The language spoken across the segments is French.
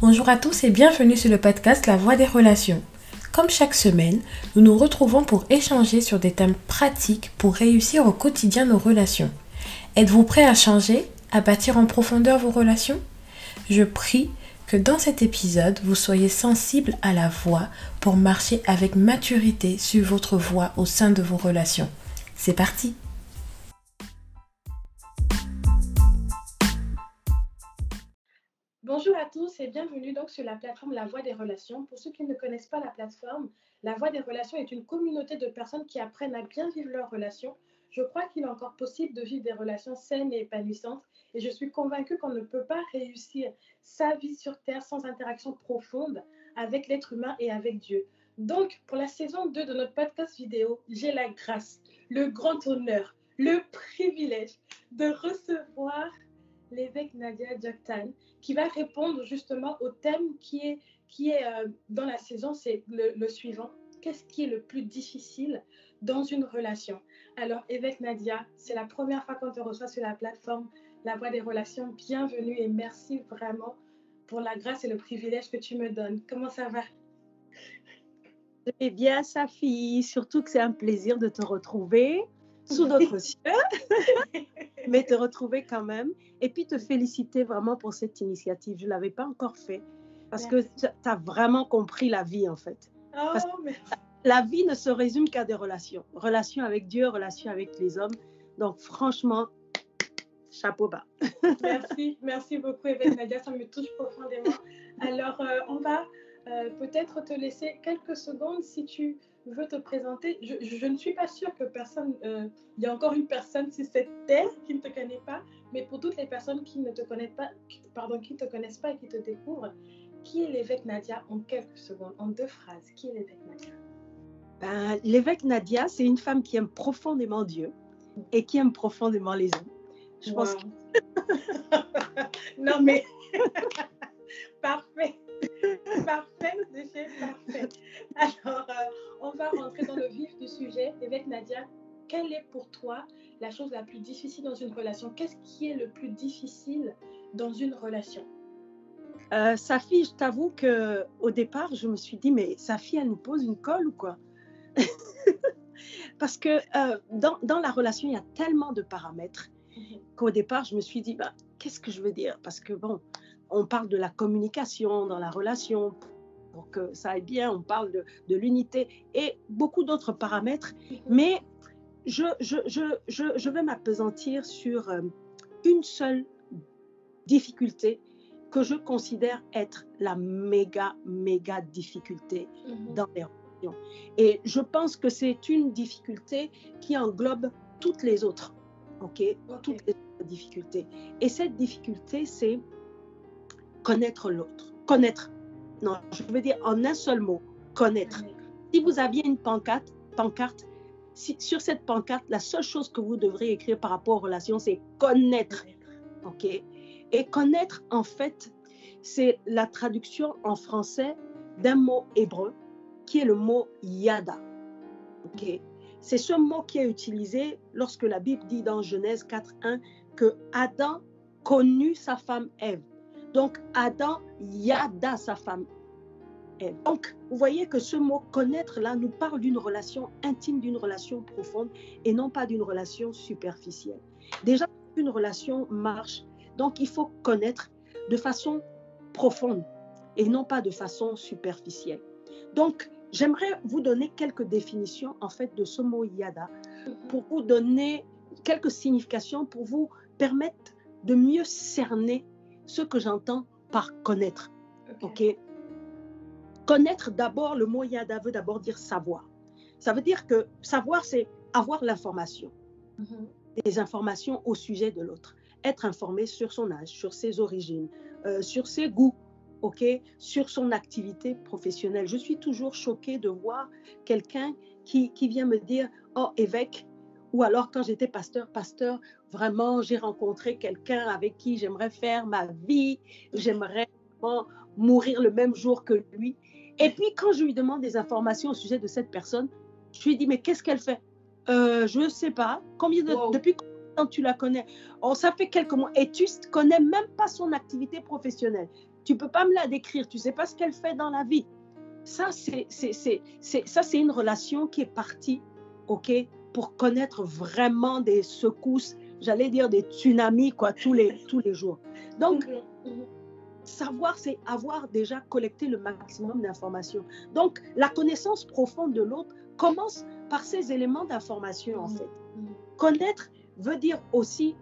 Bonjour à tous et bienvenue sur le podcast La Voix des relations. Comme chaque semaine, nous nous retrouvons pour échanger sur des thèmes pratiques pour réussir au quotidien nos relations. Êtes-vous prêt à changer, à bâtir en profondeur vos relations ? Je prie que dans cet épisode, vous soyez sensibles à la voix pour marcher avec maturité sur votre voie au sein de vos relations. C'est parti! Bonjour à tous et bienvenue donc sur la plateforme La Voix des Relations. Pour ceux qui ne connaissent pas la plateforme, La Voix des Relations est une communauté de personnes qui apprennent à bien vivre leurs relations. Je crois qu'il est encore possible de vivre des relations saines et épanouissantes et je suis convaincue qu'on ne peut pas réussir sa vie sur Terre sans interaction profonde avec l'être humain et avec Dieu. Donc, pour la saison 2 de notre podcast vidéo, j'ai la grâce, le grand honneur, le privilège de recevoir l'évêque Nadia Djoktan, qui va répondre justement au thème qui est dans la saison, c'est le suivant. Qu'est-ce qui est le plus difficile dans une relation? Alors, évêque Nadia, c'est la première fois qu'on te reçoit sur la plateforme La Voix des Relations. Bienvenue et merci vraiment pour la grâce et le privilège que tu me donnes. Comment ça va? Je vais bien, Safi. Surtout que c'est un plaisir de te retrouver sous d'autres cieux, mais te retrouver quand même. Et puis te féliciter vraiment pour cette initiative. Je ne l'avais pas encore fait parce que tu as vraiment compris la vie en fait. La vie ne se résume qu'à des relations. Relations avec Dieu, relations avec les hommes. Donc franchement, chapeau bas. Merci beaucoup évêque Nadia, ça me touche profondément. Alors on va peut-être te laisser quelques secondes si tu veux te présenter. Je ne suis pas sûre que personne, il y a encore une personne sur cette terre qui ne te connaît pas, mais pour toutes les personnes qui ne te connaissent pas, qui ne te connaissent pas et qui te découvrent, qui est l'évêque Nadia en quelques secondes, en 2 phrases? Qui est l'évêque Nadia? L'évêque Nadia, c'est une femme qui aime profondément Dieu et qui aime profondément les hommes. Je pense que... Non mais parfait. Parfait. Alors, on va rentrer dans le vif du sujet. Évêque Nadia, quelle est pour toi la chose la plus difficile dans une relation? Qu'est-ce qui est le plus difficile dans une relation? Safi, je t'avoue qu'au départ, je me suis dit, mais Safi, elle nous pose une colle ou quoi? Parce que dans la relation, il y a tellement de paramètres qu'au départ, je me suis dit, qu'est-ce que je veux dire? Parce que bon, on parle de la communication dans la relation pour que ça aille bien, on parle de l'unité et beaucoup d'autres paramètres, mais je vais m'appesantir sur une seule difficulté que je considère être la méga difficulté dans les relations. Et je pense que c'est une difficulté qui englobe toutes les autres, toutes les autres difficultés. Et cette difficulté, c'est connaître l'autre. Non, je veux dire en un seul mot, connaître. Si vous aviez une pancarte, sur cette pancarte, la seule chose que vous devriez écrire par rapport aux relations, c'est connaître. Et connaître, en fait, c'est la traduction en français d'un mot hébreu qui est le mot yada. C'est ce mot qui est utilisé lorsque la Bible dit dans Genèse 4:1 que Adam connut sa femme Ève. Donc, Adam yada sa femme Ève. Donc, vous voyez que ce mot connaître là nous parle d'une relation intime, d'une relation profonde et non pas d'une relation superficielle. Déjà, une relation marche. Donc, il faut connaître de façon profonde et non pas de façon superficielle. Donc, j'aimerais vous donner quelques définitions en fait de ce mot yada pour vous donner quelques significations pour vous permettre de mieux cerner ce que j'entends par connaître. Connaître d'abord, le mot yada veut d'abord dire savoir. Ça veut dire que savoir, c'est avoir l'information, des informations au sujet de l'autre. Être informé sur son âge, sur ses origines, sur ses goûts, sur son activité professionnelle. Je suis toujours choquée de voir quelqu'un qui vient me dire « Oh, évêque », ou alors quand j'étais pasteur, vraiment, j'ai rencontré quelqu'un avec qui j'aimerais faire ma vie, j'aimerais mourir le même jour que lui. Et puis, quand je lui demande des informations au sujet de cette personne, je lui dis « Mais qu'est-ce qu'elle fait ?» Je ne sais pas. Depuis combien de temps tu la connais? Ça fait quelques mois. Et tu ne connais même pas son activité professionnelle. Tu ne peux pas me la décrire. Tu ne sais pas ce qu'elle fait dans la vie. Ça, c'est une relation qui est partie, OK, pour connaître vraiment des secousses, j'allais dire des tsunamis, quoi, tous les jours. Donc, savoir, c'est avoir déjà collecté le maximum d'informations. Donc, la connaissance profonde de l'autre commence par ces éléments d'information, en fait. Connaître veut dire aussi,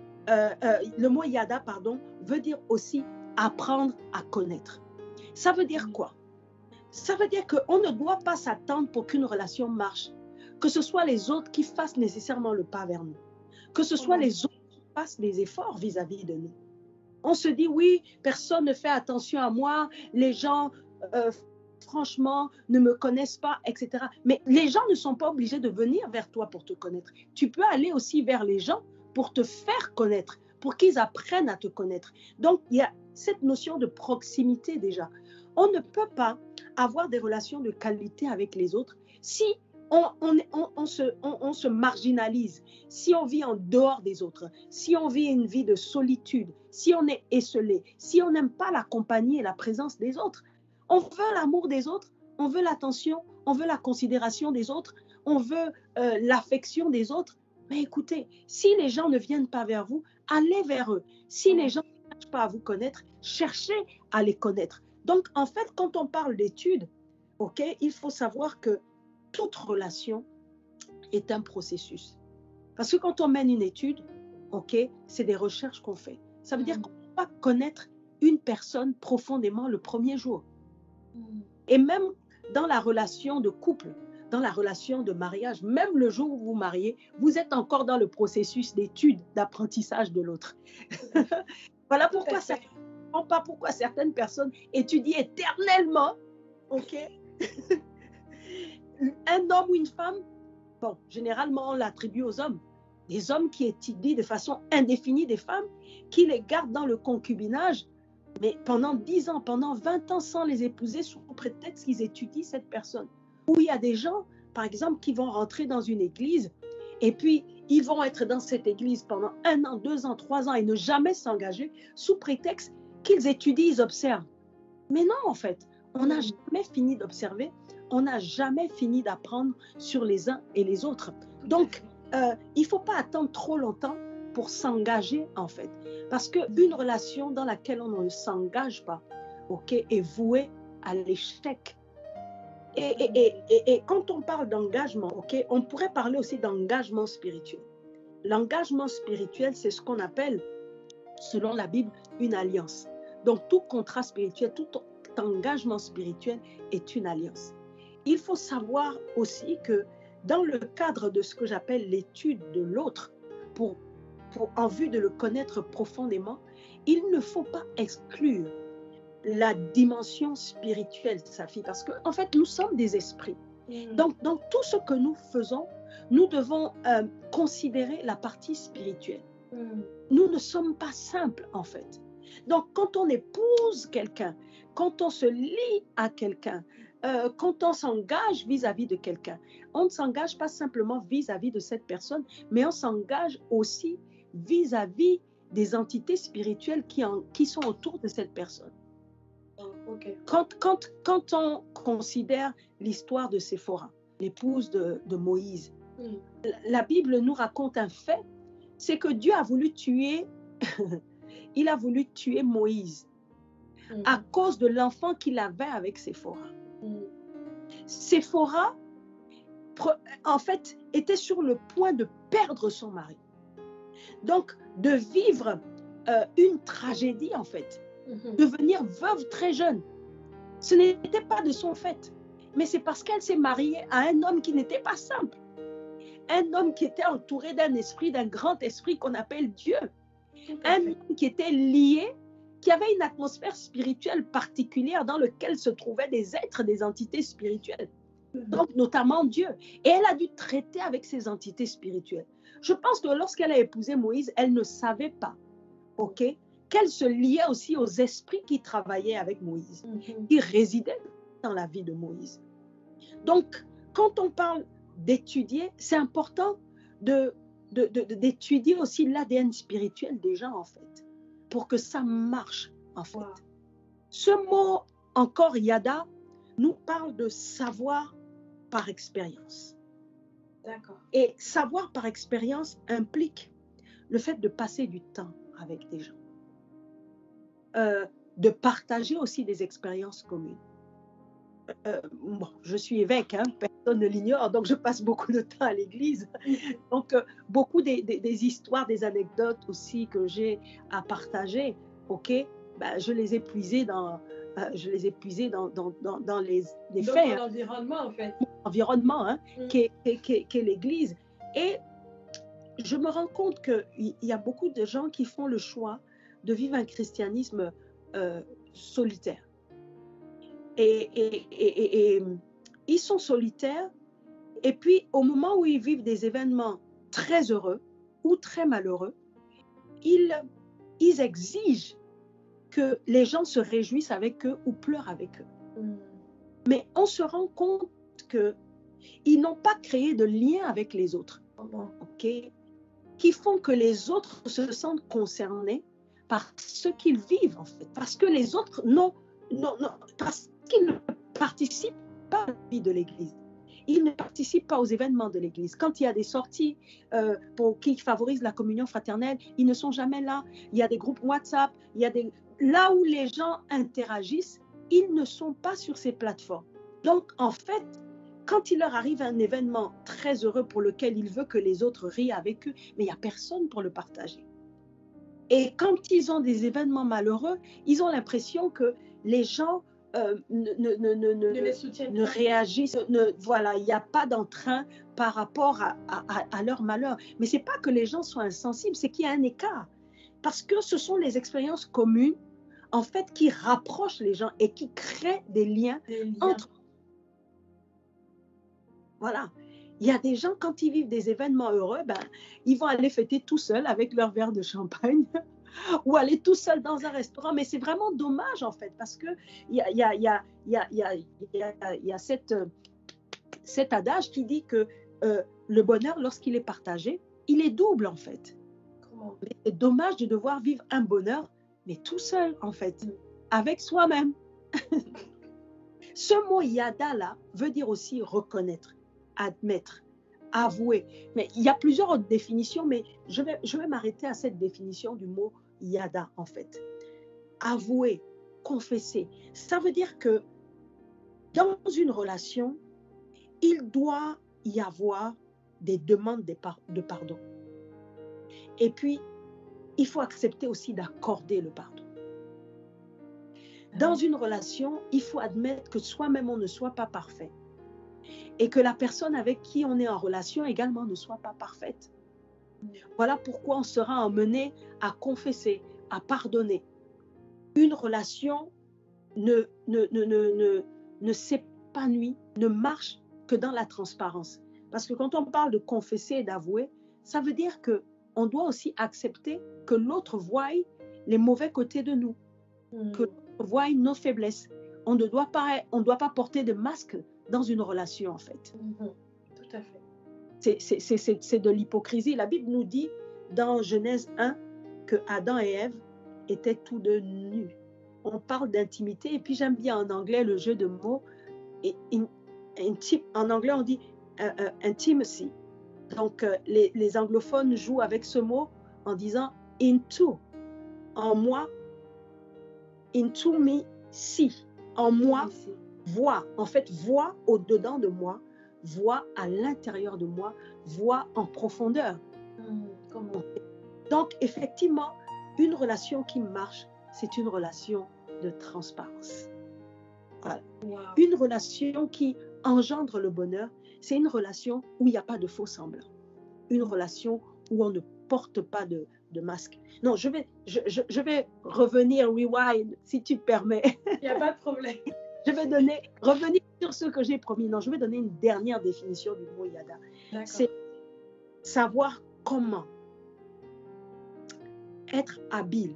le mot yada, pardon, veut dire aussi apprendre à connaître. Ça veut dire quoi? Ça veut dire qu'on ne doit pas s'attendre pour qu'une relation marche, que ce soit les autres qui fassent nécessairement le pas vers nous, que ce soit les autres qui fassent des efforts vis-à-vis de nous. On se dit, oui, personne ne fait attention à moi, les gens, franchement, ne me connaissent pas, etc. Mais les gens ne sont pas obligés de venir vers toi pour te connaître. Tu peux aller aussi vers les gens pour te faire connaître, pour qu'ils apprennent à te connaître. Donc, il y a cette notion de proximité déjà. On ne peut pas avoir des relations de qualité avec les autres si on se marginalise, si on vit en dehors des autres, si on vit une vie de solitude, si on est esselé, si on n'aime pas la compagnie et la présence des autres. On veut l'amour des autres, on veut l'attention, on veut la considération des autres, on veut l'affection des autres. Mais écoutez, si les gens ne viennent pas vers vous, allez vers eux. Si les gens ne cherchent pas à vous connaître, cherchez à les connaître. Donc, en fait, quand on parle d'études, OK, il faut savoir que toute relation est un processus. Parce que quand on mène une étude, OK, c'est des recherches qu'on fait. Ça veut dire qu'on ne peut pas connaître une personne profondément le premier jour. Et même dans la relation de couple, dans la relation de mariage, même le jour où vous vous mariez, vous êtes encore dans le processus d'étude, d'apprentissage de l'autre. Voilà pourquoi ça ne comprend pas pourquoi certaines personnes étudient éternellement, OK, un homme ou une femme, bon, généralement on l'attribue aux hommes. Des hommes qui étudient de façon indéfinie des femmes, qui les gardent dans le concubinage, mais pendant 10 ans, pendant 20 ans sans les épouser sous prétexte qu'ils étudient cette personne. Ou il y a des gens, par exemple, qui vont rentrer dans une église et puis ils vont être dans cette église pendant 1 an, 2 ans, 3 ans et ne jamais s'engager sous prétexte qu'ils étudient, ils observent. Mais non, en fait, on n'a jamais fini d'observer, on n'a jamais fini d'apprendre sur les uns et les autres. Donc, il ne faut pas attendre trop longtemps pour s'engager, en fait. Parce qu'une relation dans laquelle on ne s'engage pas, OK, est vouée à l'échec. Et quand on parle d'engagement, OK, on pourrait parler aussi d'engagement spirituel. L'engagement spirituel, c'est ce qu'on appelle, selon la Bible, une alliance. Donc, tout contrat spirituel, tout engagement spirituel est une alliance. Il faut savoir aussi que dans le cadre de ce que j'appelle l'étude de l'autre, en vue de le connaître profondément, il ne faut pas exclure la dimension spirituelle de sa fille, parce qu'en fait, nous sommes des esprits. Donc, dans tout ce que nous faisons, nous devons considérer la partie spirituelle. Nous ne sommes pas simples, en fait. Donc, quand on épouse quelqu'un, quand on se lie à quelqu'un, quand on s'engage vis-à-vis de quelqu'un, on ne s'engage pas simplement vis-à-vis de cette personne, mais on s'engage aussi vis-à-vis des entités spirituelles qui sont autour de cette personne. Okay. Quand on considère l'histoire de Séphora, l'épouse de Moïse, la Bible nous raconte un fait, c'est que Dieu a voulu tuer, il a voulu tuer Moïse à cause de l'enfant qu'il avait avec Séphora. Séphora, en fait, était sur le point de perdre son mari. Donc, de vivre une tragédie, en fait. Devenir veuve très jeune. Ce n'était pas de son fait, mais c'est parce qu'elle s'est mariée à un homme qui n'était pas simple. Un homme qui était entouré d'un esprit, d'un grand esprit qu'on appelle Dieu. Un homme qui était lié, qui avait une atmosphère spirituelle particulière dans laquelle se trouvaient des êtres, des entités spirituelles. Donc, notamment Dieu. Et elle a dû traiter avec ces entités spirituelles. Je pense que lorsqu'elle a épousé Moïse, elle ne savait pas, OK, qu'elle se liait aussi aux esprits qui travaillaient avec Moïse, qui résidaient dans la vie de Moïse. Donc, quand on parle d'étudier, c'est important d'étudier aussi l'ADN spirituel des gens, en fait, pour que ça marche, en fait. Ce mot, encore yada, nous parle de savoir par expérience. D'accord. Et savoir par expérience implique le fait de passer du temps avec des gens, de partager aussi des expériences communes. Bon, je suis évêque, hein, personne ne l'ignore, donc je passe beaucoup de temps à l'église. Donc, beaucoup des histoires, des anecdotes aussi que j'ai à partager, ok, ben, je les ai puisées dans, dans les Donc, faits, dans hein, l'environnement, en fait. l'environnement, hein, qu'est l'église. Et je me rends compte qu'il y a beaucoup de gens qui font le choix de vivre un christianisme solitaire. Et ils sont solitaires, et puis au moment où ils vivent des événements très heureux ou très malheureux, ils exigent que les gens se réjouissent avec eux ou pleurent avec eux. Mais on se rend compte qu'ils n'ont pas créé de lien avec les autres, okay, qui font que les autres se sentent concernés par ce qu'ils vivent, en fait, parce que les autres parce qu'ils ne participent pas à la vie de l'Église. Ils ne participent pas aux événements de l'Église. Quand il y a des sorties qui favorisent la communion fraternelle, ils ne sont jamais là. Il y a des groupes WhatsApp, là où les gens interagissent, ils ne sont pas sur ces plateformes. Donc, en fait, quand il leur arrive un événement très heureux pour lequel il veut que les autres rient avec eux, mais il n'y a personne pour le partager. Et quand ils ont des événements malheureux, ils ont l'impression que les gens ne réagissent, voilà, il n'y a pas d'entrain par rapport à leur malheur. Mais ce n'est pas que les gens sont insensibles, c'est qu'il y a un écart. Parce que ce sont les expériences communes, en fait, qui rapprochent les gens et qui créent des liens entre. Voilà. Il y a des gens, quand ils vivent des événements heureux, ben, ils vont aller fêter tout seuls avec leur verre de champagne ou aller tout seul dans un restaurant. Mais c'est vraiment dommage, en fait, parce qu'il y a cet adage qui dit que le bonheur, lorsqu'il est partagé, il est double, en fait. Mais c'est dommage de devoir vivre un bonheur, mais tout seul, en fait, avec soi-même. Ce mot yada, là, veut dire aussi reconnaître, admettre, avouer. Mais il y a plusieurs autres définitions, mais je vais m'arrêter à cette définition du mot yada, en fait. Avouer, confesser. Ça veut dire que dans une relation, il doit y avoir des demandes de pardon. Et puis, il faut accepter aussi d'accorder le pardon. Dans une relation, il faut admettre que soi-même, on ne soit pas parfait. Et que la personne avec qui on est en relation également ne soit pas parfaite. Voilà pourquoi on sera emmené à confesser, à pardonner. Une relation ne s'épanouit, ne marche que dans la transparence. Parce que quand on parle de confesser et d'avouer, ça veut dire qu'on doit aussi accepter que l'autre voie les mauvais côtés de nous, que l'autre voie nos faiblesses. On ne doit pas porter de masque dans une relation, en fait. Tout à fait. C'est de l'hypocrisie. La Bible nous dit dans Genèse 1 que Adam et Ève étaient tous deux nus. On parle d'intimité, et puis j'aime bien en anglais le jeu de mots. En anglais, on dit intimacy. Donc, les anglophones jouent avec ce mot en disant into, en moi, into me, see, en moi, voit. En fait, voit au-dedans de moi, voit à l'intérieur de moi, voit en profondeur. Donc, effectivement, une relation qui marche, c'est une relation de transparence. Voilà. Wow. Une relation qui engendre le bonheur, c'est une relation où il n'y a pas de faux semblants. Une relation où on ne porte pas de masque. Non, je vais revenir, rewind, si tu permets. Il n'y a pas de problème. Je vais revenir sur ce que j'ai promis. Non, je vais donner une dernière définition du mot yada. C'est savoir comment être habile.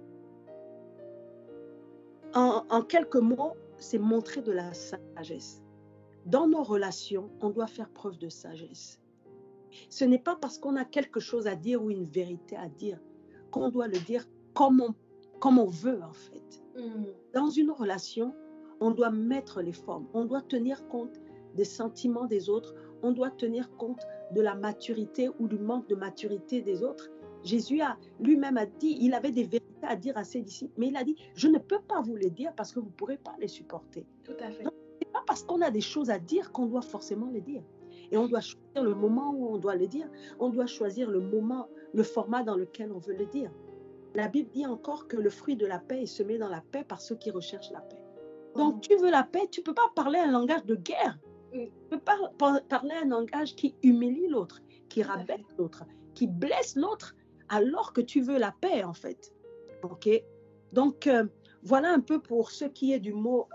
En quelques mots, c'est montrer de la sagesse. Dans nos relations, on doit faire preuve de sagesse. Ce n'est pas parce qu'on a quelque chose à dire ou une vérité à dire qu'on doit le dire comme comme on veut en fait. Mhm. Dans une relation, on doit mettre les formes, on doit tenir compte des sentiments des autres, on doit tenir compte de la maturité ou du manque de maturité des autres. Jésus lui-même a dit, il avait des vérités à dire à ses disciples, mais il a dit, je ne peux pas vous les dire parce que vous ne pourrez pas les supporter. Tout à fait. Donc, ce n'est pas parce qu'on a des choses à dire qu'on doit forcément les dire. Et on doit choisir le moment où on doit le dire. On doit choisir le moment, le format dans lequel on veut le dire. La Bible dit encore que le fruit de la paix est semé dans la paix par ceux qui recherchent la paix. Donc, tu veux la paix, tu ne peux pas parler un langage de guerre. Tu ne peux pas parler un langage qui humilie l'autre, qui rabaisse l'autre, qui blesse l'autre, alors que tu veux la paix, en fait. OK? Donc, voilà un peu pour ce qui est du mot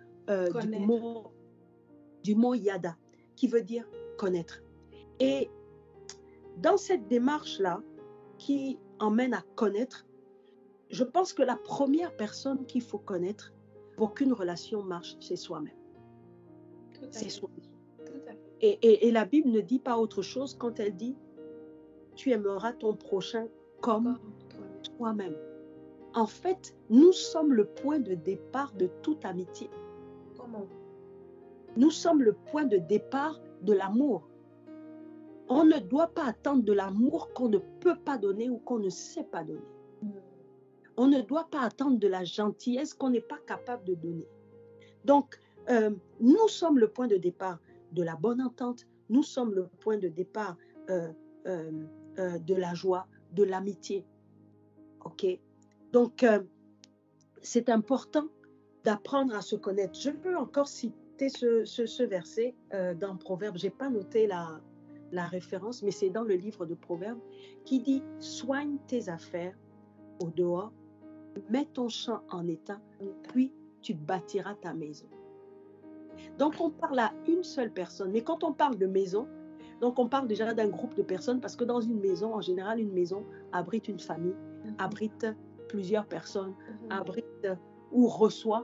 yada, qui veut dire connaître. Et dans cette démarche-là, qui emmène à connaître, je pense que la première personne qu'il faut connaître pour qu'une relation marche, c'est soi-même. C'est soi-même. Et la Bible ne dit pas autre chose quand elle dit « Tu aimeras ton prochain comme toi-même ». En fait, nous sommes le point de départ de toute amitié. Comment? Nous sommes le point de départ de l'amour. On ne doit pas attendre de l'amour qu'on ne peut pas donner ou qu'on ne sait pas donner. On ne doit pas attendre de la gentillesse qu'on n'est pas capable de donner. Donc, nous sommes le point de départ de la bonne entente. Nous sommes le point de départ de la joie, de l'amitié. OK? Donc, c'est important d'apprendre à se connaître. Je peux encore citer ce verset dans Proverbes. Je n'ai pas noté la référence, mais c'est dans le livre de Proverbes qui dit « Soigne tes affaires au dehors, mets ton champ en état, puis tu bâtiras ta maison. » Donc, on parle à une seule personne. Mais quand on parle de maison, donc on parle déjà d'un groupe de personnes parce que dans une maison, en général, une maison abrite une famille, abrite plusieurs personnes, abrite ou reçoit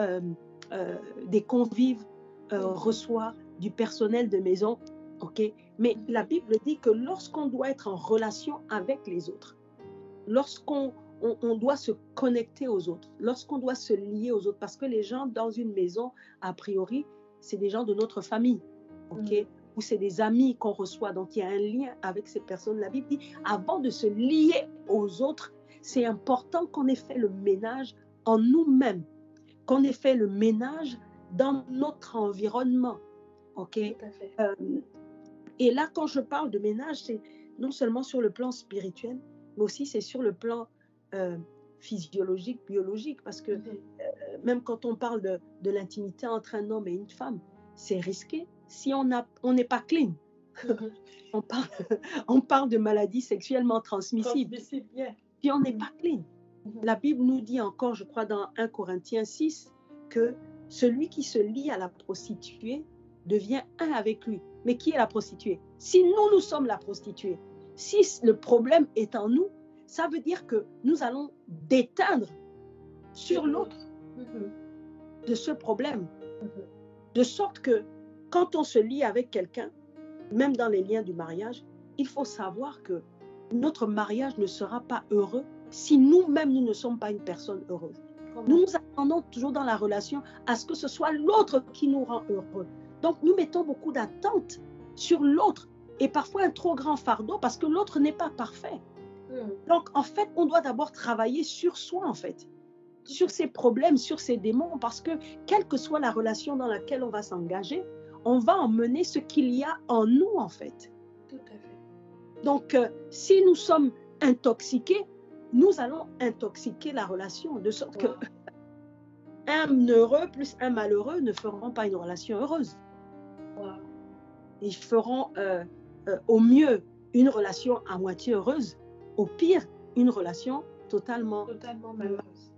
des convives, reçoit du personnel de maison. Okay? Mais la Bible dit que lorsqu'on doit être en relation avec les autres, lorsqu'on doit se connecter aux autres, lorsqu'on doit se lier aux autres, parce que les gens dans une maison, a priori, c'est des gens de notre famille, okay? Ou c'est des amis qu'on reçoit, donc il y a un lien avec ces personnes. La Bible dit, avant de se lier aux autres, c'est important qu'on ait fait le ménage en nous-mêmes, qu'on ait fait le ménage dans notre environnement. Okay? Tout à fait. Et là, quand je parle de ménage, c'est non seulement sur le plan spirituel, mais aussi c'est sur le plan physiologique, biologique, parce que même quand on parle de l'intimité entre un homme et une femme, c'est risqué si on n'est pas clean. On parle de maladies sexuellement transmissibles. Si on n'est pas clean. La Bible nous dit encore, je crois dans 1 Corinthiens 6, que celui qui se lie à la prostituée devient un avec lui. Mais qui est la prostituée? Si nous sommes la prostituée, si le problème est en nous, ça veut dire que nous allons déteindre sur l'autre de ce problème. De sorte que quand on se lie avec quelqu'un, même dans les liens du mariage, il faut savoir que notre mariage ne sera pas heureux si nous-mêmes, nous ne sommes pas une personne heureuse. Nous nous attendons toujours dans la relation à ce que ce soit l'autre qui nous rend heureux. Donc, nous mettons beaucoup d'attentes sur l'autre et parfois un trop grand fardeau parce que l'autre n'est pas parfait. Donc, en fait, on doit d'abord travailler sur soi, en fait, sur ses problèmes, sur ses démons, parce que quelle que soit la relation dans laquelle on va s'engager, on va emmener ce qu'il y a en nous, en fait. Tout à fait. Donc, si nous sommes intoxiqués, nous allons intoxiquer la relation, de sorte que un heureux plus un malheureux ne feront pas une relation heureuse. Ils feront au mieux une relation à moitié heureuse, au pire une relation totalement malheureuse.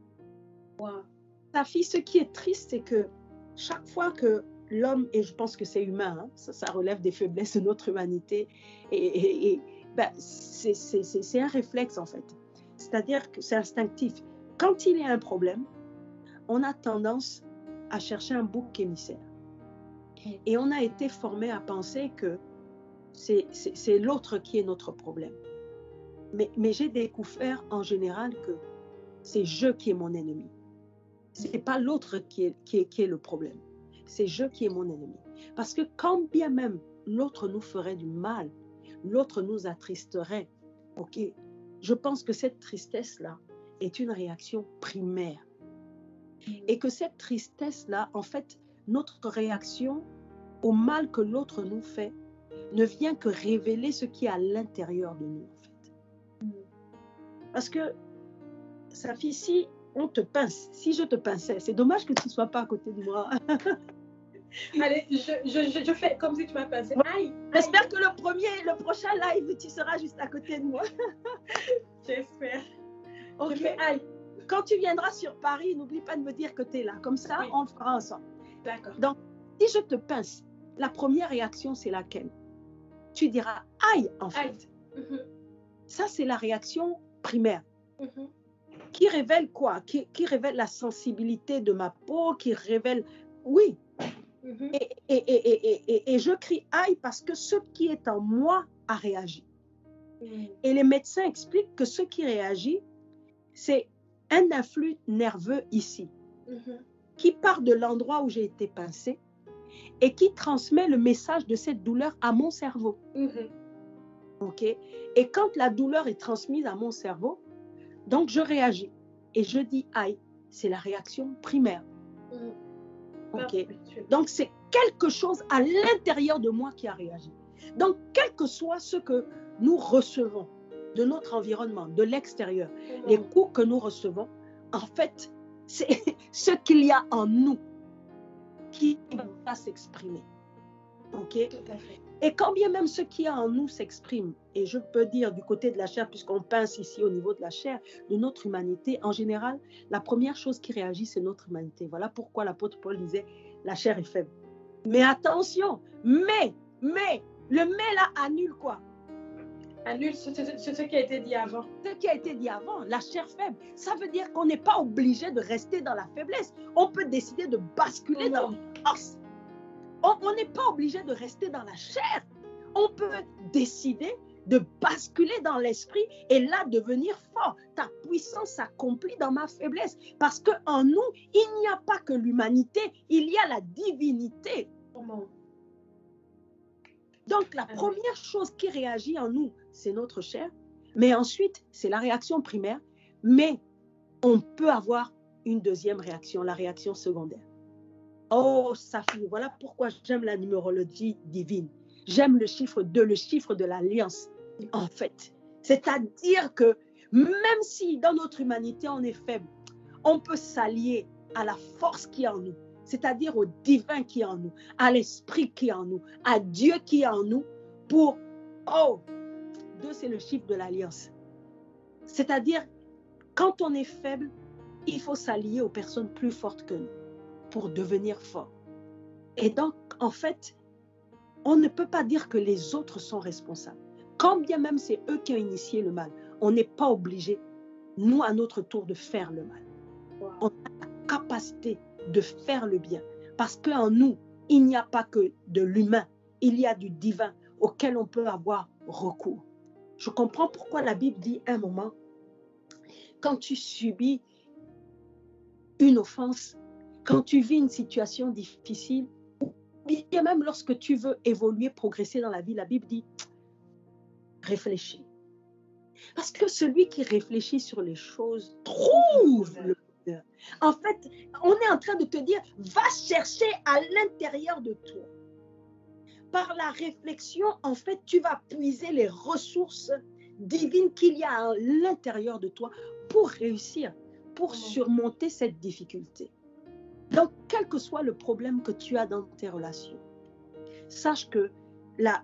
Ta fille, ce qui est triste, c'est que chaque fois que l'homme, et je pense que c'est humain, hein, ça relève des faiblesses de notre humanité, et c'est un réflexe en fait. C'est-à-dire que c'est instinctif. Quand il y a un problème, on a tendance à chercher un bouc émissaire. Et on a été formé à penser que c'est l'autre qui est notre problème. Mais j'ai découvert en général que c'est je qui est mon ennemi. Ce n'est pas l'autre qui est le problème. C'est je qui est mon ennemi. Parce que quand bien même l'autre nous ferait du mal, l'autre nous attristerait, ok, je pense que cette tristesse-là est une réaction primaire. Et que cette tristesse-là, en fait, notre réaction au mal que l'autre nous fait ne vient que révéler ce qui est à l'intérieur de nous, en fait. Parce que, Safi, si on te pince, si je te pinçais, c'est dommage que tu ne sois pas à côté de moi. Allez, je fais comme si tu m'as pincé. Aïe! J'espère que le prochain live, tu seras juste à côté de moi. J'espère. Ok. Je fais aïe. Quand tu viendras sur Paris, n'oublie pas de me dire que tu es là. Comme ça, Oui. on le fera ensemble. D'accord. Donc, si je te pince, la première réaction, c'est laquelle? Tu diras aïe, en fait. Aïe. Ça, c'est la réaction primaire. Mhm. Qui révèle quoi? Qui révèle la sensibilité de ma peau, qui révèle... Oui. Mhm. Et je crie aïe parce que ce qui est en moi a réagi. Et les médecins expliquent que ce qui réagit, c'est un influx nerveux ici, qui part de l'endroit où j'ai été pincée et qui transmet le message de cette douleur à mon cerveau. Ok? Et quand la douleur est transmise à mon cerveau, donc je réagis et je dis aïe, c'est la réaction primaire. Ok? Donc c'est quelque chose à l'intérieur de moi qui a réagi. Donc quel que soit ce que nous recevons de notre environnement, de l'extérieur, les coups que nous recevons, en fait, c'est ce qu'il y a en nous qui va s'exprimer. Ok? Tout à fait. Et quand bien même ce qui est en nous s'exprime, et je peux dire du côté de la chair, puisqu'on pince ici au niveau de la chair, de notre humanité, en général, la première chose qui réagit, c'est notre humanité. Voilà pourquoi l'apôtre Paul disait, la chair est faible. Mais attention, le mais là annule quoi? Annule ce qui a été dit avant. Ce qui a été dit avant, la chair faible, ça veut dire qu'on n'est pas obligé de rester dans la faiblesse. On peut décider de basculer dans la force. On n'est pas obligé de rester dans la chair. On peut décider de basculer dans l'esprit et là devenir fort. Ta puissance s'accomplit dans ma faiblesse. Parce qu'en nous, il n'y a pas que l'humanité, il y a la divinité. Donc la première chose qui réagit en nous, c'est notre chair. Mais ensuite, c'est la réaction primaire. Mais on peut avoir une deuxième réaction, la réaction secondaire. Oh, Safi, voilà pourquoi j'aime la numérologie divine. J'aime le chiffre 2, le chiffre de l'alliance, en fait. C'est-à-dire que même si dans notre humanité, on est faible, on peut s'allier à la force qui est en nous, c'est-à-dire au divin qui est en nous, à l'esprit qui est en nous, à Dieu qui est en nous, pour, 2, c'est le chiffre de l'alliance. C'est-à-dire, quand on est faible, il faut s'allier aux personnes plus fortes que nous pour devenir fort. Et donc, en fait, on ne peut pas dire que les autres sont responsables. Quand bien même c'est eux qui ont initié le mal, on n'est pas obligé, nous, à notre tour, de faire le mal. On a la capacité de faire le bien. Parce qu'en nous, il n'y a pas que de l'humain, il y a du divin auquel on peut avoir recours. Je comprends pourquoi la Bible dit un moment, quand tu subis une offense, quand tu vis une situation difficile, ou bien même lorsque tu veux évoluer, progresser dans la vie, la Bible dit, réfléchis. Parce que celui qui réfléchit sur les choses trouve le bonheur. En fait, on est en train de te dire, va chercher à l'intérieur de toi. Par la réflexion, en fait, tu vas puiser les ressources divines qu'il y a à l'intérieur de toi pour réussir, pour surmonter cette difficulté. Donc, quel que soit le problème que tu as dans tes relations, sache que la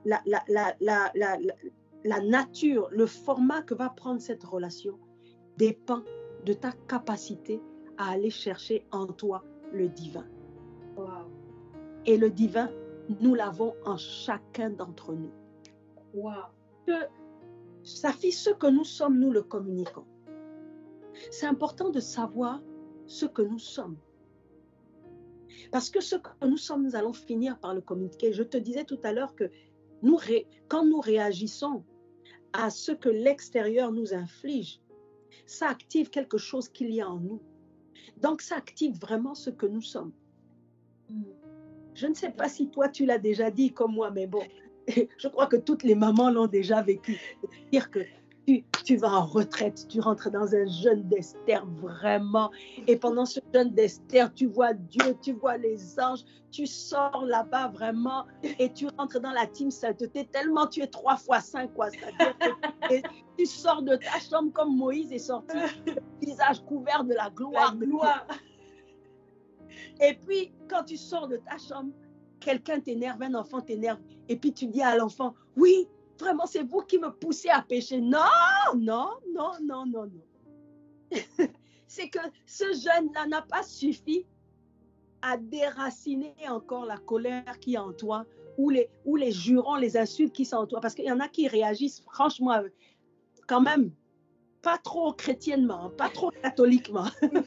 nature, le format que va prendre cette relation dépend de ta capacité à aller chercher en toi le divin. Wow. Et le divin, nous l'avons en chacun d'entre nous. Wow. Safi, ce que nous sommes, nous le communiquons. C'est important de savoir ce que nous sommes. Parce que ce que nous sommes, nous allons finir par le communiquer. Je te disais tout à l'heure que quand nous réagissons à ce que l'extérieur nous inflige, Ça active quelque chose qu'il y a en nous. Donc, ça active vraiment ce que nous sommes. Je ne sais pas si toi, tu l'as déjà dit comme moi, mais bon, je crois que toutes les mamans l'ont déjà vécu. C'est-à-dire que tu vas en retraite, tu rentres dans un jeûne d'Esther vraiment. Et pendant ce jeûne d'Esther, tu vois Dieu, tu vois les anges, tu sors là-bas vraiment et tu rentres dans la team sainteté tellement tu es 3 fois 5, quoi. C'est-à-dire que tu sors de ta chambre comme Moïse est sorti, le visage couvert de la gloire. La gloire. Et puis, quand tu sors de ta chambre, quelqu'un t'énerve, un enfant t'énerve, et puis tu dis à l'enfant, oui, vraiment, c'est vous qui me poussez à pécher. Non, non, non, non, non, non. C'est que ce jeûne-là n'a pas suffi à déraciner encore la colère qui est en toi, ou les jurons, les insultes qui sont en toi. Parce qu'il y en a qui réagissent, franchement, quand même, pas trop chrétiennement, pas trop catholiquement.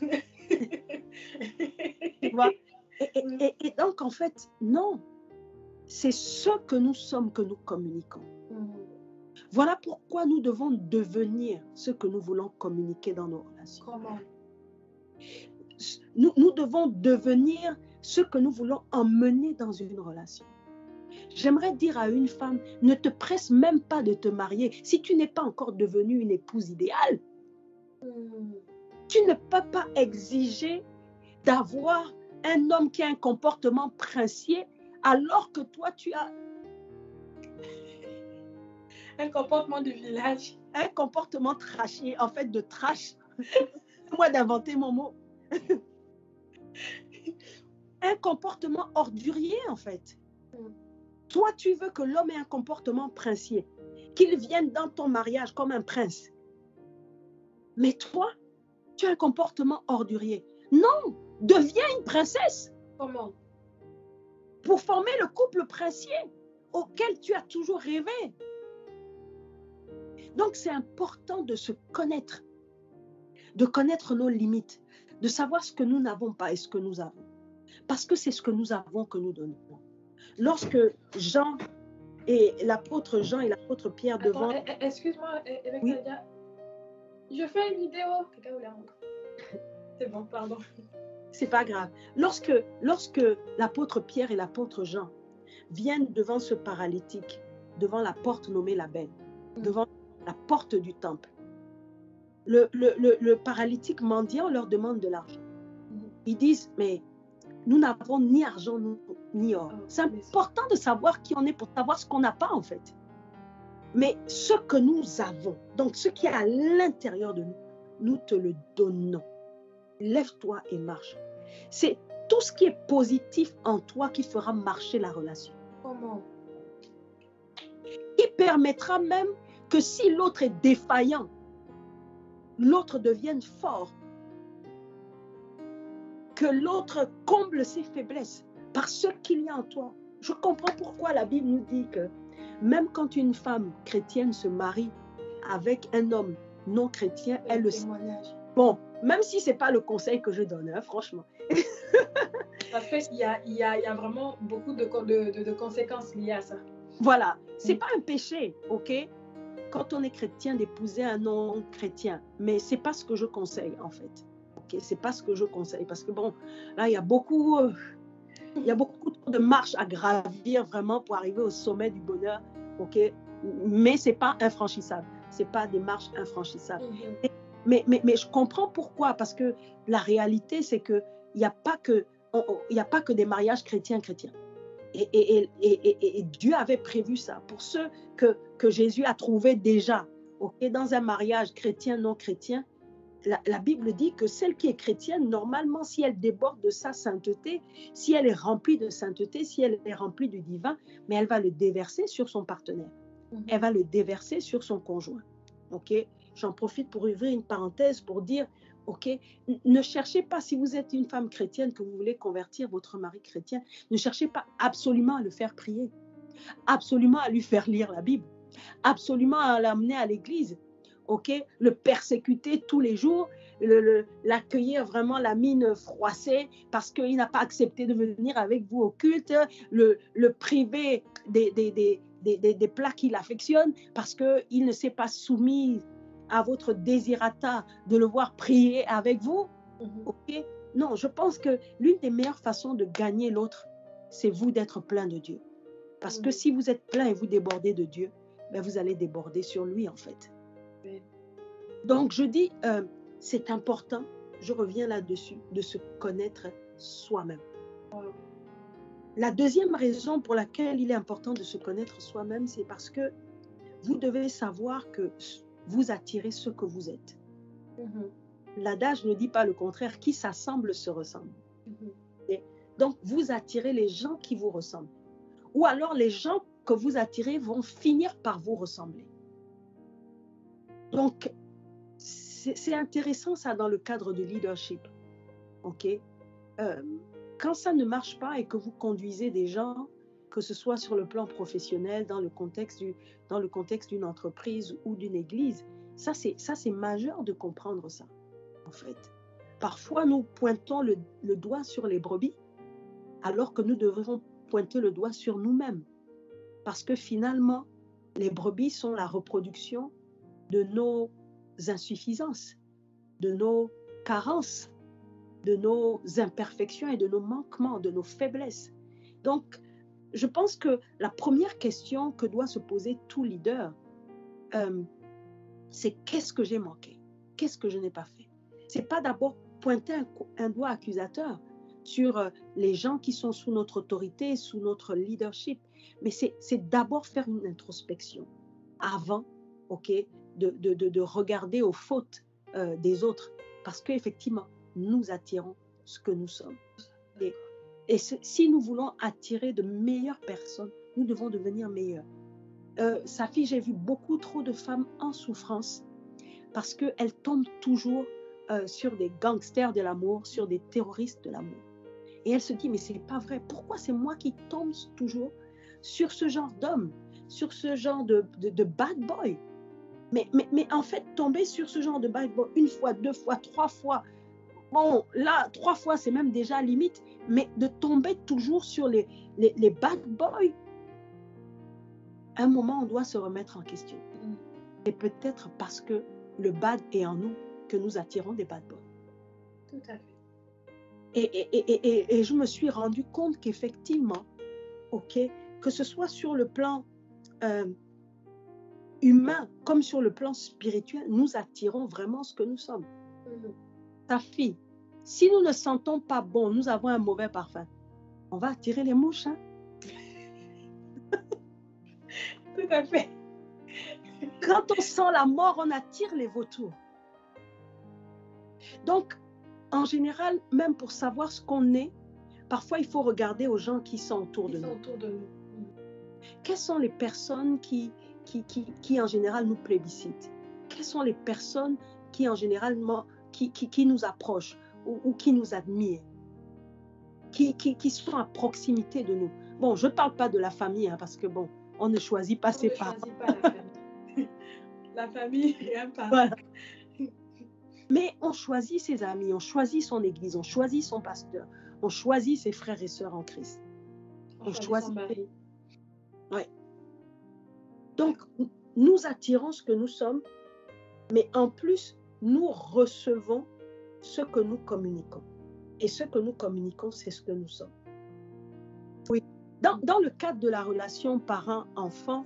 Tu vois? Et donc, en fait, non. C'est ce que nous sommes que nous communiquons. Voilà pourquoi nous devons devenir ce que nous voulons communiquer dans nos relations. Comment? Nous devons devenir ce que nous voulons emmener dans une relation. J'aimerais dire à une femme, ne te presse même pas de te marier si tu n'es pas encore devenue une épouse idéale. Tu ne peux pas exiger d'avoir un homme qui a un comportement princier alors que toi tu as un comportement de village, un comportement trashy, en fait de trash. Moi d'inventer mon mot. Un comportement ordurier en fait. Toi tu veux que l'homme ait un comportement princier, qu'il vienne dans ton mariage comme un prince. Mais toi, tu as un comportement ordurier. Non, deviens une princesse. Comment? Pour former le couple princier auquel tu as toujours rêvé. Donc, c'est important de se connaître, de connaître nos limites, de savoir ce que nous n'avons pas et ce que nous avons. Parce que c'est ce que nous avons que nous donnons. Lorsque Jean et l'apôtre Jean et l'apôtre Pierre devant... Excuse-moi, oui. Je fais une vidéo. Quelqu'un voulait rentrer. C'est bon, pardon. C'est pas grave. Lorsque l'apôtre Pierre et l'apôtre Jean viennent devant ce paralytique, devant la porte nommée la Belle, devant la porte du temple, le paralytique mendiant leur demande de l'argent. Ils disent, mais nous n'avons ni argent ni or. C'est important de savoir qui on est pour savoir ce qu'on n'a pas en fait. Mais ce que nous avons, donc ce qui est à l'intérieur de nous, nous te le donnons. Lève-toi et marche. C'est tout ce qui est positif en toi qui fera marcher la relation. Comment? Qui permettra même que si l'autre est défaillant, l'autre devienne fort. Que l'autre comble ses faiblesses par ce qu'il y a en toi. Je comprends pourquoi la Bible nous dit que même quand une femme chrétienne se marie avec un homme non chrétien, elle le sait. Bon, même si ce n'est pas le conseil que je donne, hein, franchement. Parce qu'il y a vraiment beaucoup de conséquences liées à ça. Voilà, ce n'est pas un péché, ok? Quand on est chrétien, d'épouser un non-chrétien. Mais ce n'est pas ce que je conseille, en fait. Okay? Ce n'est pas ce que je conseille. Parce que bon, là, il y a beaucoup de marches à gravir vraiment pour arriver au sommet du bonheur, ok? Mais ce n'est pas infranchissable. Ce n'est pas des marches infranchissables. Mais je comprends pourquoi, parce que la réalité, c'est qu'il n'y a pas que des mariages chrétiens. Et Dieu avait prévu ça pour ceux que Jésus a trouvé déjà. Okay? Dans un mariage chrétien, non chrétien, la Bible dit que celle qui est chrétienne, normalement, si elle déborde de sa sainteté, si elle est remplie de sainteté, si elle est remplie du divin, mais elle va le déverser sur son partenaire. Elle va le déverser sur son conjoint. Okay? J'en profite pour ouvrir une parenthèse pour dire, ok, ne cherchez pas, si vous êtes une femme chrétienne, que vous voulez convertir votre mari chrétien, ne cherchez pas absolument à le faire prier, absolument à lui faire lire la Bible, absolument à l'amener à l'église, ok, le persécuter tous les jours, l'accueillir vraiment la mine froissée parce qu'il n'a pas accepté de venir avec vous au culte, le priver des plats qu'il affectionne parce qu'il ne s'est pas soumis à votre désirata de le voir prier avec vous. Ok? Non, je pense que l'une des meilleures façons de gagner l'autre, c'est vous d'être plein de Dieu. Parce que si vous êtes plein et vous débordez de Dieu, ben vous allez déborder sur lui en fait. Donc je dis, c'est important, je reviens là-dessus, de se connaître soi-même. La deuxième raison pour laquelle il est important de se connaître soi-même, c'est parce que vous devez savoir que vous attirez ce que vous êtes. L'adage ne dit pas le contraire, qui s'assemble se ressemble. Et donc, vous attirez les gens qui vous ressemblent. Ou alors, les gens que vous attirez vont finir par vous ressembler. Donc, c'est intéressant ça dans le cadre du leadership. Ok? Quand ça ne marche pas et que vous conduisez des gens, que ce soit sur le plan professionnel, dans le contexte d'une entreprise ou d'une église, ça c'est majeur de comprendre ça, en fait. Parfois, nous pointons le doigt sur les brebis, alors que nous devrions pointer le doigt sur nous-mêmes. Parce que finalement, les brebis sont la reproduction de nos insuffisances, de nos carences, de nos imperfections et de nos manquements, de nos faiblesses. Donc, je pense que la première question que doit se poser tout leader, c'est qu'est-ce que j'ai manqué? Qu'est-ce que je n'ai pas fait? Ce n'est pas d'abord pointer un doigt accusateur sur les gens qui sont sous notre autorité, sous notre leadership, mais c'est d'abord faire une introspection avant, de regarder aux fautes des autres, parce qu'effectivement, nous attirons ce que nous sommes. Et si nous voulons attirer de meilleures personnes, nous devons devenir meilleurs. Safi, j'ai vu beaucoup trop de femmes en souffrance parce qu'elles tombent toujours sur des gangsters de l'amour, sur des terroristes de l'amour. Et elles se disent, mais ce n'est pas vrai. Pourquoi c'est moi qui tombe toujours sur ce genre d'homme, sur ce genre de bad boy? Mais en fait, tomber sur ce genre de bad boy une fois, deux fois, trois fois, bon, là, 3 fois, c'est même déjà limite, mais de tomber toujours sur les bad boys, à un moment, on doit se remettre en question. Et peut-être parce que le bad est en nous que nous attirons des bad boys. Tout à fait. Et je me suis rendu compte qu'effectivement, que ce soit sur le plan humain comme sur le plan spirituel, nous attirons vraiment ce que nous sommes. Ta fille, si nous ne sentons pas bon, nous avons un mauvais parfum, on va attirer les mouches. Hein? Tout à fait. Quand on sent la mort, on attire les vautours. Donc, en général, même pour savoir ce qu'on est, parfois il faut regarder aux gens qui sont autour de nous. Quelles sont les personnes qui en général nous plébiscitent? Quelles sont les personnes qui en général qui nous approchent ou qui nous admirent, qui sont à proximité de nous? Bon, je ne parle pas de la famille, hein, parce que bon, on ne choisit pas ses parents. On ne choisit pas la famille. La famille est un parent. Voilà. Mais on choisit ses amis, on choisit son église, on choisit son pasteur, on choisit ses frères et sœurs en Christ. On choisit son mari. Ouais. Donc, nous attirons ce que nous sommes, mais en plus, nous recevons ce que nous communiquons. Et ce que nous communiquons, c'est ce que nous sommes. Oui. Dans le cadre de la relation parent-enfant,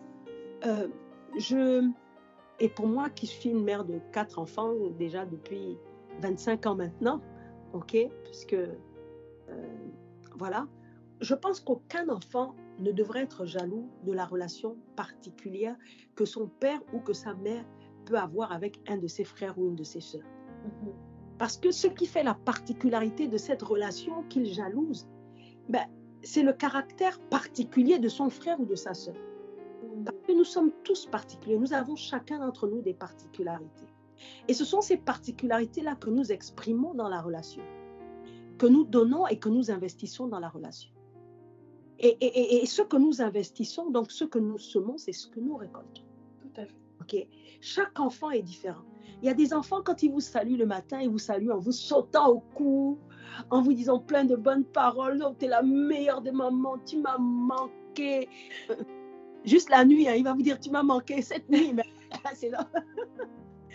et pour moi qui suis une mère de 4 enfants, déjà depuis 25 ans maintenant, puisque, voilà, je pense qu'aucun enfant ne devrait être jaloux de la relation particulière que son père ou que sa mère peut avoir avec un de ses frères ou une de ses sœurs. Parce que ce qui fait la particularité de cette relation qu'il jalouse, c'est le caractère particulier de son frère ou de sa sœur. Parce que nous sommes tous particuliers, nous avons chacun d'entre nous des particularités. Et ce sont ces particularités-là que nous exprimons dans la relation, que nous donnons et que nous investissons dans la relation. Et ce que nous investissons, donc ce que nous semons, c'est ce que nous récoltons. Tout à fait. Chaque enfant est différent. Il y a des enfants, quand ils vous saluent le matin, ils vous saluent en vous sautant au cou, en vous disant plein de bonnes paroles. Oh, t'es la meilleure des mamans, tu m'as manqué. Juste la nuit, hein, il va vous dire tu m'as manqué cette nuit. Mais c'est là.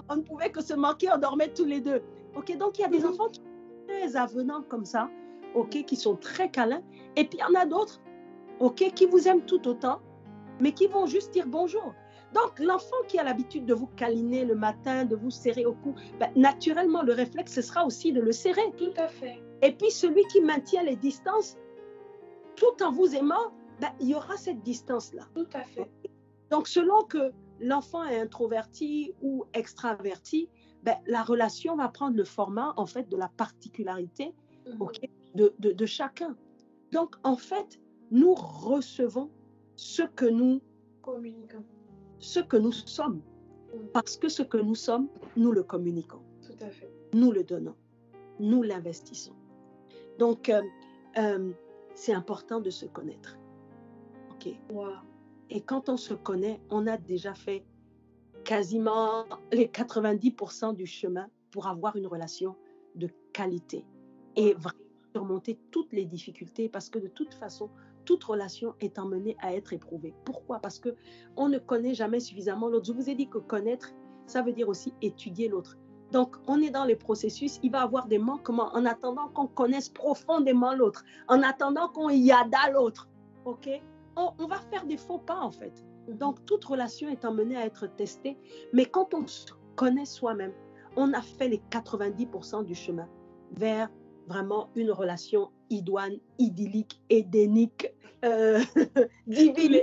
on ne pouvait que se manquer, on dormait tous les deux. Ok, donc il y a des enfants qui sont très avenants comme ça, ok, qui sont très câlins. Et puis il y en a d'autres, ok, qui vous aiment tout autant, mais qui vont juste dire bonjour. Donc l'enfant qui a l'habitude de vous câliner le matin, de vous serrer au cou, ben, naturellement le réflexe ce sera aussi de le serrer. Tout à fait. Et puis celui qui maintient les distances, tout en vous aimant, ben, il y aura cette distance-là. Tout à fait. Donc, selon que l'enfant est introverti ou extraverti, ben, la relation va prendre le format, en fait, de la particularité okay, de chacun. Donc, en fait, nous recevons ce que nous communiquons, ce que nous sommes. Parce que ce que nous sommes, nous le communiquons. Tout à fait. Nous le donnons. Nous l'investissons. Donc, c'est important de se connaître. OK. Wow. Et quand on se connaît, on a déjà fait quasiment les 90% du chemin pour avoir une relation de qualité et vraiment surmonter toutes les difficultés parce que de toute façon, toute relation est emmenée à être éprouvée. Pourquoi? Parce qu'on ne connaît jamais suffisamment l'autre. Je vous ai dit que connaître, ça veut dire aussi étudier l'autre. Donc, on est dans les processus, il va y avoir des manquements en attendant qu'on connaisse profondément l'autre, en attendant qu'on yada l'autre. OK? On va faire des faux pas en fait. Donc, toute relation est emmenée à être testée. Mais quand on se connaît soi-même, on a fait les 90% du chemin vers vraiment une relation idoine, idyllique, édénique, divine.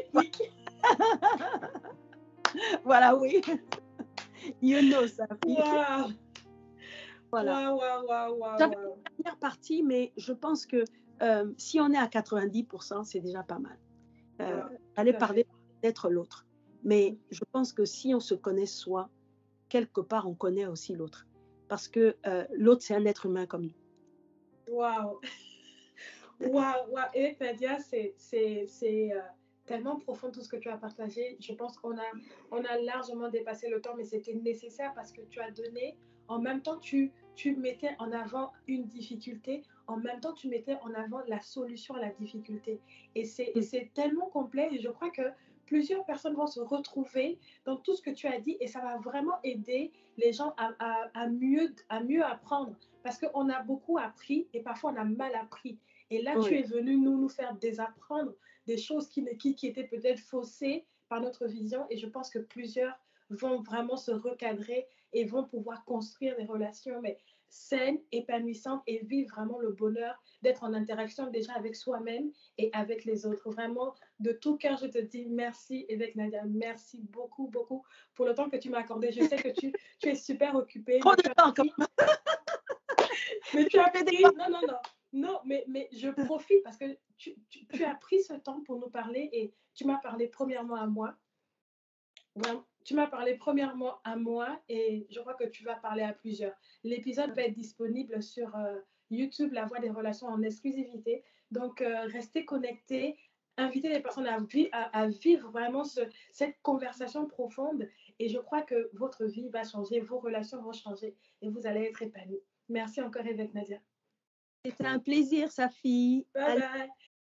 Voilà, oui. You know ça. Wow. Voilà. Wow. J'avais une dernière partie, mais je pense que si on est à 90%, c'est déjà pas mal. Aller parler d'être l'autre. Mais je pense que si on se connaît soi, quelque part, on connaît aussi l'autre. Parce que l'autre, c'est un être humain comme nous. Waouh. Et Nadia, c'est tellement profond tout ce que tu as partagé. Je pense qu'on a largement dépassé le temps, mais c'était nécessaire parce que tu as donné, en même temps, tu mettais en avant une difficulté, en même temps, tu mettais en avant la solution à la difficulté. Et c'est tellement complet et je crois que plusieurs personnes vont se retrouver dans tout ce que tu as dit et ça va vraiment aider les gens à mieux apprendre parce qu'on a beaucoup appris et parfois on a mal appris. Et là, tu es venu nous faire désapprendre des choses qui étaient peut-être faussées par notre vision et je pense que plusieurs vont vraiment se recadrer et vont pouvoir construire des relations mais saines, épanouissantes et vivre vraiment le bonheur d'être en interaction déjà avec soi-même et avec les autres. Vraiment, de tout cœur, je te dis merci Évêque Nadia. Merci beaucoup pour le temps que tu m'as accordé. Je sais que tu es super occupée. Trop de temps quand même. Mais tu as pris... Non, mais je profite parce que tu as pris ce temps pour nous parler et tu m'as parlé premièrement à moi. Vraiment, tu m'as parlé premièrement à moi et je crois que tu vas parler à plusieurs. L'épisode va être disponible sur YouTube, La Voix des Relations en exclusivité. Donc, restez connectés, invitez les personnes à vivre vraiment cette conversation profonde et je crois que votre vie va changer, vos relations vont changer et vous allez être épanouis. Merci encore, Évêque Nadia. C'était un plaisir, Safi. Bye bye.